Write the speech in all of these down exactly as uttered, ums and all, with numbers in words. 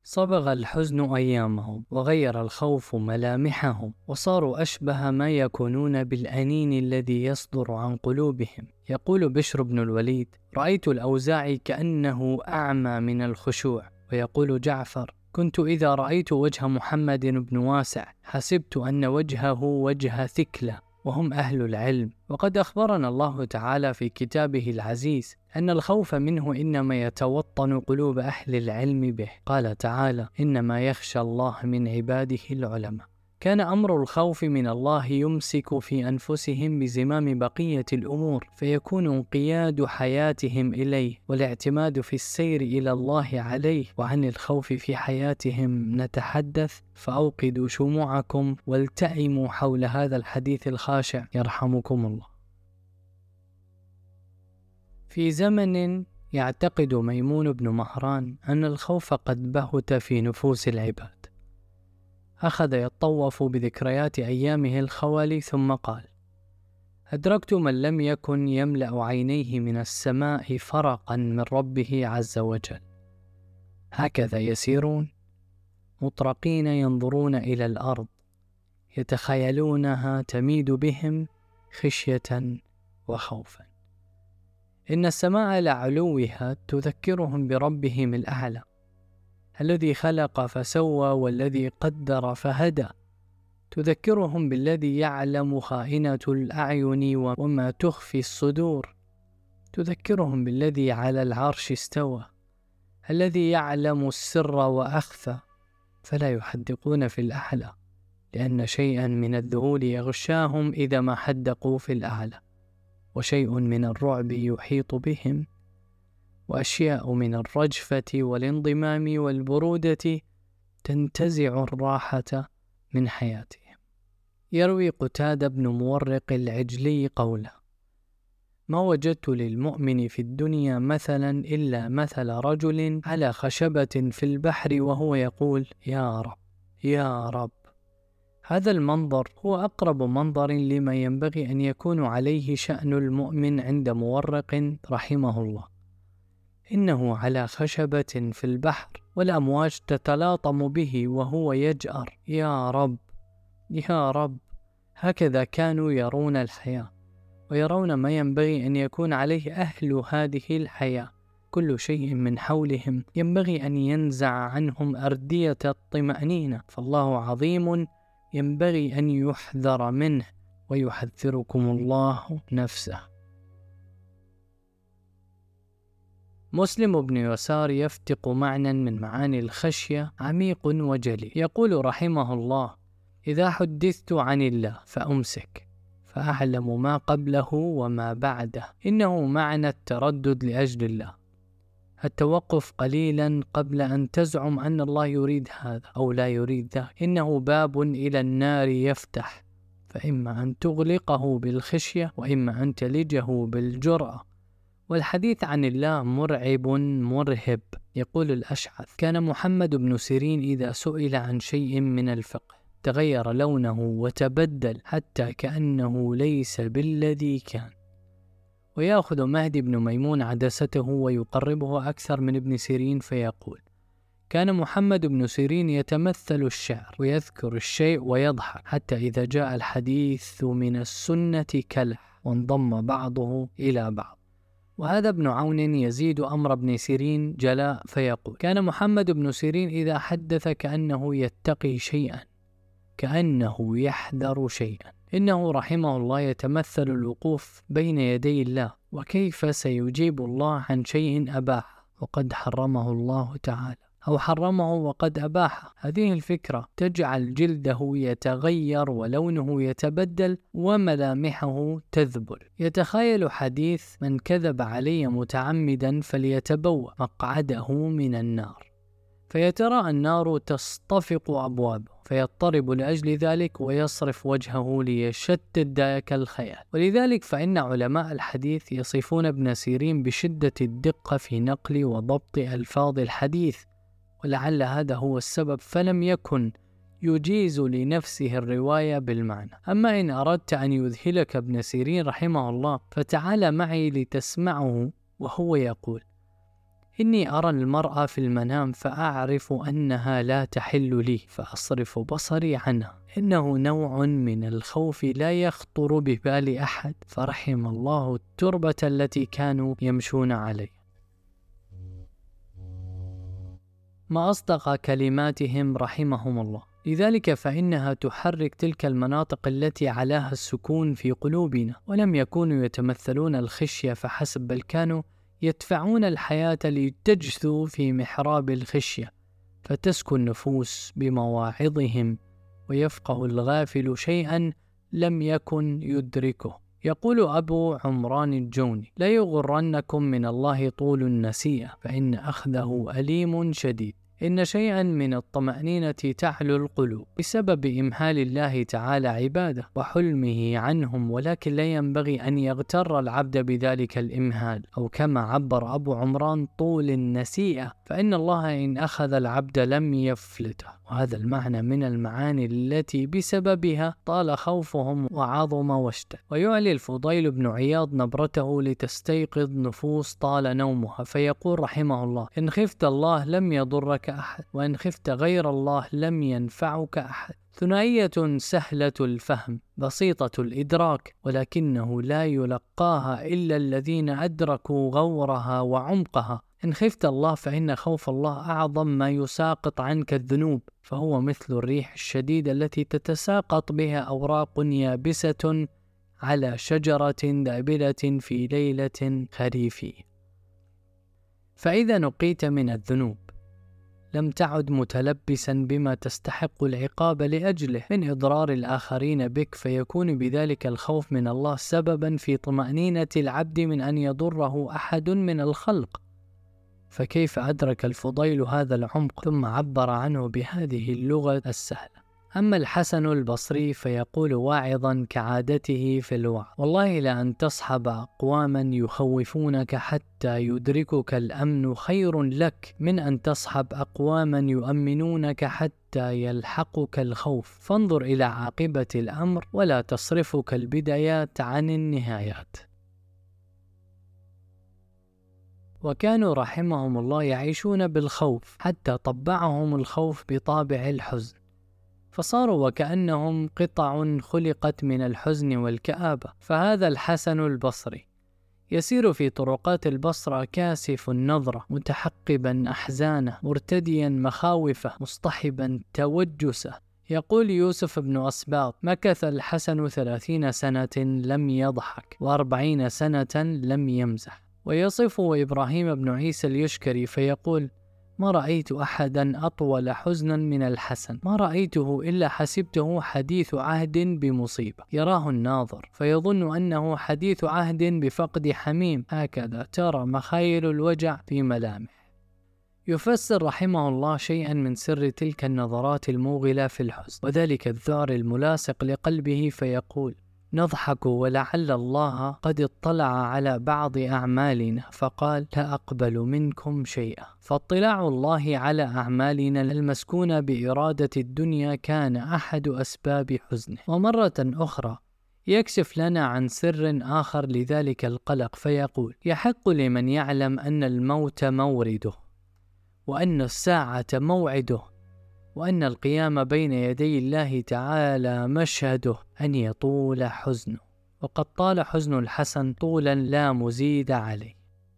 صبغ الحزن أيامهم، وغير الخوف ملامحهم، وصاروا أشبه ما يكونون بالأنين الذي يصدر عن قلوبهم. يقول بشر بن الوليد: رأيت الأوزاعي كأنه أعمى من الخشوع. ويقول جعفر: كنت إذا رأيت وجه محمد بن واسع حسبت أن وجهه وجه ثكلة، وهم أهل العلم. وقد أخبرنا الله تعالى في كتابه العزيز أن الخوف منه إنما يتوطن قلوب أهل العلم به. قال تعالى: إنما يخشى الله من عباده العلماء. كان أمر الخوف من الله يمسك في أنفسهم بزمام بقية الأمور، فيكون انقياد حياتهم إليه والاعتماد في السير إلى الله عليه. وعن الخوف في حياتهم نتحدث، فأوقدوا شموعكم والتئموا حول هذا الحديث الخاشع يرحمكم الله. في زمن يعتقد ميمون بن مهران أن الخوف قد بهت في نفوس العباد، أخذ يطوف بذكريات أيامه الخوالي ثم قال: أدركت من لم يكن يملأ عينيه من السماء فرقا من ربه عز وجل، هكذا يسيرون مطرقين ينظرون إلى الأرض، يتخيلونها تميد بهم خشية وخوفا. إن السماء لعلوها تذكرهم بربهم الأعلى، الذي خلق فسوى والذي قدر فهدى، تذكرهم بالذي يعلم خائنة الأعين وما تخفي الصدور، تذكرهم بالذي على العرش استوى، الذي يعلم السر وأخفى، فلا يحدقون في الأعلى، لأن شيئا من الذهول يغشاهم إذا ما حدقوا في الأعلى، وشيء من الرعب يحيط بهم، وأشياء من الرجفة والانضمام والبرودة تنتزع الراحة من حياتهم. يروي قتادة بن مورق العجلي قوله: ما وجدت للمؤمن في الدنيا مثلا إلا مثل رجل على خشبة في البحر وهو يقول: يا رب يا رب. هذا المنظر هو أقرب منظر لما ينبغي أن يكون عليه شأن المؤمن عند مورق رحمه الله. إنه على خشبة في البحر والأمواج تتلاطم به وهو يجأر: يا رب يا رب. هكذا كانوا يرون الحياة، ويرون ما ينبغي أن يكون عليه أهل هذه الحياة. كل شيء من حولهم ينبغي أن ينزع عنهم أردية الطمأنينة، فالله عظيم ينبغي أن يحذر منه، ويحذركم الله نفسه. مسلم بن يسار يفتق معنى من معاني الخشية عميق وجلي. يقول رحمه الله: إذا حدثت عن الله فأمسك، فأعلم ما قبله وما بعده. إنه معنى التردد لأجل الله، التوقف قليلا قبل أن تزعم أن الله يريد هذا أو لا يريد ذاك. إنه باب إلى النار يفتح، فإما أن تغلقه بالخشية وإما أن تلجه بالجرأة. والحديث عن الله مرعب مرهب. يقول الأشعث: كان محمد بن سيرين إذا سئل عن شيء من الفقه تغير لونه وتبدل حتى كأنه ليس بالذي كان. ويأخذ مهدي بن ميمون عدسته ويقربه أكثر من ابن سيرين فيقول: كان محمد بن سيرين يتمثل الشعر ويذكر الشيء ويضحك، حتى إذا جاء الحديث من السنة كلح وانضم بعضه إلى بعض. وهذا ابن عون يزيد أمر ابن سيرين جلاء فيقول: كان محمد بن سيرين إذا حدث كأنه يتقي شيئا، كأنه يحذر شيئا. إنه رحمه الله يتمثل الوقوف بين يدي الله، وكيف سيجيب الله عن شيء أباح وقد حرمه الله تعالى، أو حرمه وقد أباحه. هذه الفكرة تجعل جلده يتغير ولونه يتبدل وملامحه تذبل. يتخيل حديث: من كذب علي متعمدا فليتبوأ مقعده من النار، فيترى النار تصطفق أبوابه، فيضطرب لأجل ذلك ويصرف وجهه ليشتت ذاك الخيال. ولذلك فإن علماء الحديث يصفون ابن سيرين بشدة الدقة في نقل وضبط ألفاظ الحديث، ولعل هذا هو السبب، فلم يكن يجيز لنفسه الرواية بالمعنى. أما إن أردت أن يذهلك ابن سيرين رحمه الله، فتعال معي لتسمعه وهو يقول: إني أرى المرأة في المنام فأعرف أنها لا تحل لي فأصرف بصري عنها. إنه نوع من الخوف لا يخطر ببال أحد، فرحم الله التربة التي كانوا يمشون عليه. ما أصدق كلماتهم رحمهم الله. لذلك فإنها تحرك تلك المناطق التي علاها السكون في قلوبنا، ولم يكونوا يتمثلون الخشية فحسب، بل كانوا يدفعون الحياة لتجثو في محراب الخشية، فتسكن النفوس بمواعظهم، ويفقه الغافل شيئا لم يكن يدركه. يقول أبو عمران الجوني: لا يغرنكم من الله طول النسيئة، فإن أخذه أليم شديد. إن شيئا من الطمأنينة تعلو القلوب بسبب إمهال الله تعالى عباده وحلمه عنهم، ولكن لا ينبغي أن يغتر العبد بذلك الإمهال، أو كما عبر أبو عمران: طول النسيئة، فإن الله إن أخذ العبد لم يفلته. وهذا المعنى من المعاني التي بسببها طال خوفهم وعظم واشتد. ويعلي الفضيل بن عياض نبرته لتستيقظ نفوس طال نومها، فيقول رحمه الله: إن خفت الله لم يضرك أحد، وإن خفت غير الله لم ينفعك أحد. ثنائية سهلة الفهم بسيطة الإدراك، ولكنه لا يلقاها إلا الذين أدركوا غورها وعمقها. إن خفت الله فإن خوف الله أعظم ما يساقط عنك الذنوب، فهو مثل الريح الشديدة التي تتساقط بها أوراق يابسة على شجرة دابلة في ليلة خريفية. فإذا نقيت من الذنوب لم تعد متلبسا بما تستحق العقاب لأجله من إضرار الآخرين بك، فيكون بذلك الخوف من الله سببا في طمأنينة العبد من أن يضره أحد من الخلق. فكيف أدرك الفضيل هذا العمق ثم عبر عنه بهذه اللغة السهلة؟ أما الحسن البصري فيقول واعظا كعادته في الوعظ: والله لأن تصحب أقواما يخوفونك حتى يدركك الأمن خير لك من أن تصحب أقواما يؤمنونك حتى يلحقك الخوف، فانظر إلى عاقبة الأمر ولا تصرفك البدايات عن النهايات. وكانوا رحمهم الله يعيشون بالخوف حتى طبعهم الخوف بطابع الحزن، فصاروا وكأنهم قطع خلقت من الحزن والكآبة. فهذا الحسن البصري يسير في طرقات البصرة كاسف النظرة، متحقبا أحزانه، مرتديا مخاوفه، مصطحبا توجسه. يقول يوسف بن أسباط: مكث الحسن ثلاثين سنة لم يضحك، وأربعين سنة لم يمزح. ويصف إبراهيم بن عيسى اليشكري فيقول: ما رأيت أحدا أطول حزنا من الحسن، ما رأيته إلا حسبته حديث عهد بمصيبة يراه الناظر فيظن أنه حديث عهد بفقد حميم، هكذا ترى مخايل الوجع في ملامح. يفسر رحمه الله شيئا من سر تلك النظرات الموغلة في الحزن، وذلك الذعر الملاصق لقلبه، فيقول: نضحك ولعل الله قد اطلع على بعض أعمالنا فقال: لا أقبل منكم شيئا. فاطلاع الله على أعمالنا المسكونة بإرادة الدنيا كان أحد أسباب حزنه. ومرة أخرى يكشف لنا عن سر آخر لذلك القلق، فيقول: يحق لمن يعلم أن الموت مورده، وأن الساعة موعده، وأن القيام بين يدي الله تعالى مشهده، أن يطول حزنه. وقد طال حزن الحسن طولا لا مزيد عليه.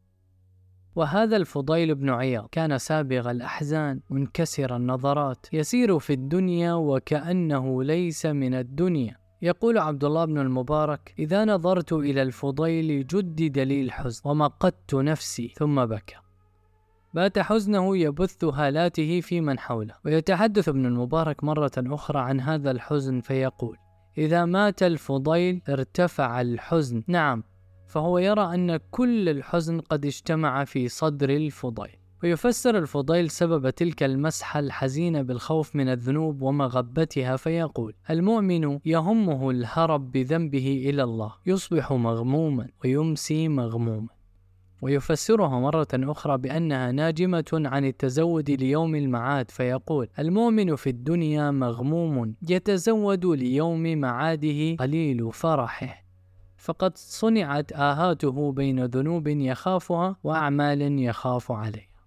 وهذا الفضيل بن عياض كان سابغ الأحزان منكسر النظرات، يسير في الدنيا وكأنه ليس من الدنيا. يقول عبد الله بن المبارك: إذا نظرت إلى الفضيل جدد لي الحزن ومقدت نفسي، ثم بكى. بات حزنه يبث هالاته في من حوله. ويتحدث ابن المبارك مرة أخرى عن هذا الحزن فيقول: إذا مات الفضيل ارتفع الحزن. نعم، فهو يرى أن كل الحزن قد اجتمع في صدر الفضيل. ويفسر الفضيل سبب تلك المسحة الحزينة بالخوف من الذنوب ومغبتها، فيقول: المؤمن يهمه الهرب بذنبه إلى الله، يصبح مغموما ويمسي مغموما. ويفسرها مرة أخرى بأنها ناجمة عن التزود ليوم المعاد، فيقول: المؤمن في الدنيا مغموم يتزود ليوم معاده قليل فرحه، فقد صنعت آهاته بين ذنوب يخافها وأعمال يخاف عليها.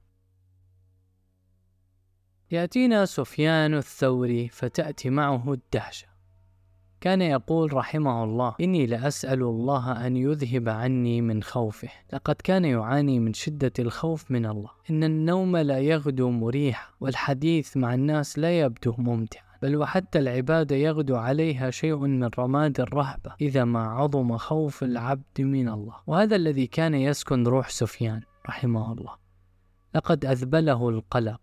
يأتينا سفيان الثوري فتأتي معه الدهشة. كان يقول رحمه الله: إني لأسأل الله أن يذهب عني من خوفه. لقد كان يعاني من شدة الخوف من الله. إن النوم لا يغدو مريحا، والحديث مع الناس لا يبدو ممتعا، بل وحتى العبادة يغدو عليها شيء من رماد الرهبة إذا ما عظم خوف العبد من الله. وهذا الذي كان يسكن روح سفيان رحمه الله. لقد أذبله القلق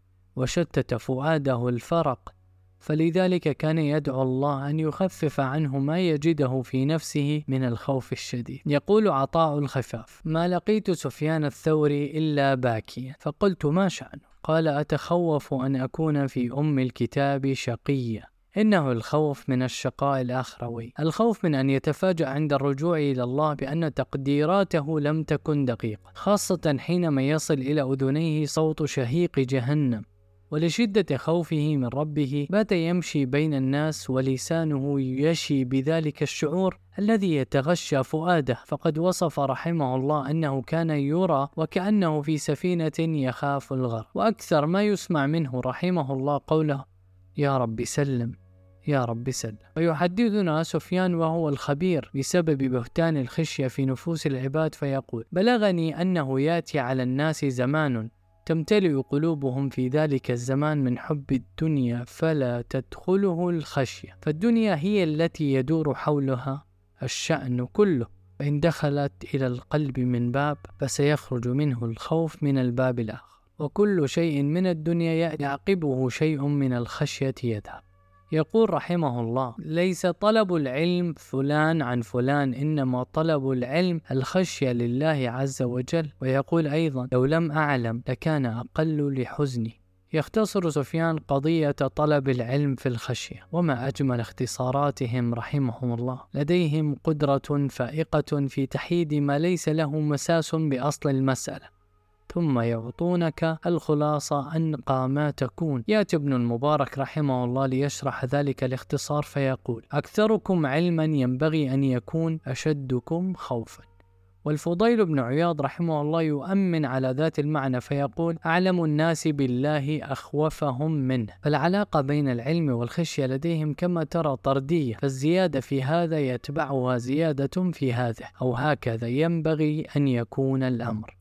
وشتت فؤاده الفرق، فلذلك كان يدعو الله أن يخفف عنه ما يجده في نفسه من الخوف الشديد. يقول عطاء الخفاف: ما لقيت سفيان الثوري إلا باكيا، فقلت: ما شأنه؟ قال: أتخوف أن أكون في أم الكتاب شقيا. إنه الخوف من الشقاء الآخروي، الخوف من أن يتفاجأ عند الرجوع إلى الله بأن تقديراته لم تكن دقيقة، خاصة حينما يصل إلى أذنيه صوت شهيق جهنم. ولشدة خوفه من ربه بات يمشي بين الناس ولسانه يشي بذلك الشعور الذي يتغشى فؤاده، فقد وصف رحمه الله أنه كان يرى وكأنه في سفينة يخاف الغرق. وأكثر ما يسمع منه رحمه الله قوله: يا رب سلم، يا رب سلم. ويحدثنا سفيان وهو الخبير بسبب بهتان الخشية في نفوس العباد فيقول: بلغني أنه يأتي على الناس زمان تمتلئ قلوبهم في ذلك الزمان من حب الدنيا فلا تدخله الخشية، فالدنيا هي التي يدور حولها الشأن كله، فإن دخلت إلى القلب من باب فسيخرج منه الخوف من الباب الآخر، وكل شيء من الدنيا يعقبه شيء من الخشية يذهب. يقول رحمه الله: ليس طلب العلم فلان عن فلان، إنما طلب العلم الخشية لله عز وجل. ويقول أيضا: لو لم أعلم لكان أقل لحزني. يختصر سفيان قضية طلب العلم في الخشية. وما أجمل اختصاراتهم رحمهم الله، لديهم قدرة فائقة في تحييد ما ليس له مساس بأصل المسألة، ثم يعطونك الخلاصة أنقى ما تكون. يأتي ابن المبارك رحمه الله ليشرح ذلك الاختصار فيقول: أكثركم علما ينبغي أن يكون أشدكم خوفا. والفضيل بن عياض رحمه الله يؤمن على ذات المعنى فيقول: أعلم الناس بالله أخوفهم منه. فالعلاقة بين العلم والخشية لديهم كما ترى طردية، فالزيادة في هذا يتبعها زيادة في هذا، أو هكذا ينبغي أن يكون الأمر.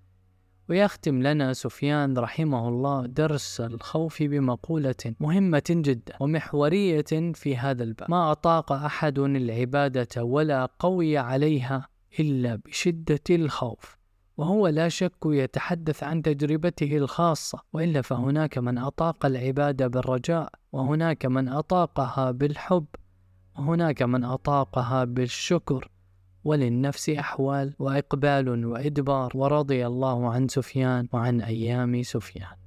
ويختم لنا سفيان رحمه الله درس الخوف بمقولة مهمة جدا ومحورية في هذا الباب: ما أطاق أحد العبادة ولا قوي عليها إلا بشدة الخوف. وهو لا شك يتحدث عن تجربته الخاصة، وإلا فهناك من أطاق العبادة بالرجاء، وهناك من أطاقها بالحب، وهناك من أطاقها بالشكر. وللنفس أحوال وإقبال وإدبار. ورضي الله عن سفيان وعن أيام سفيان.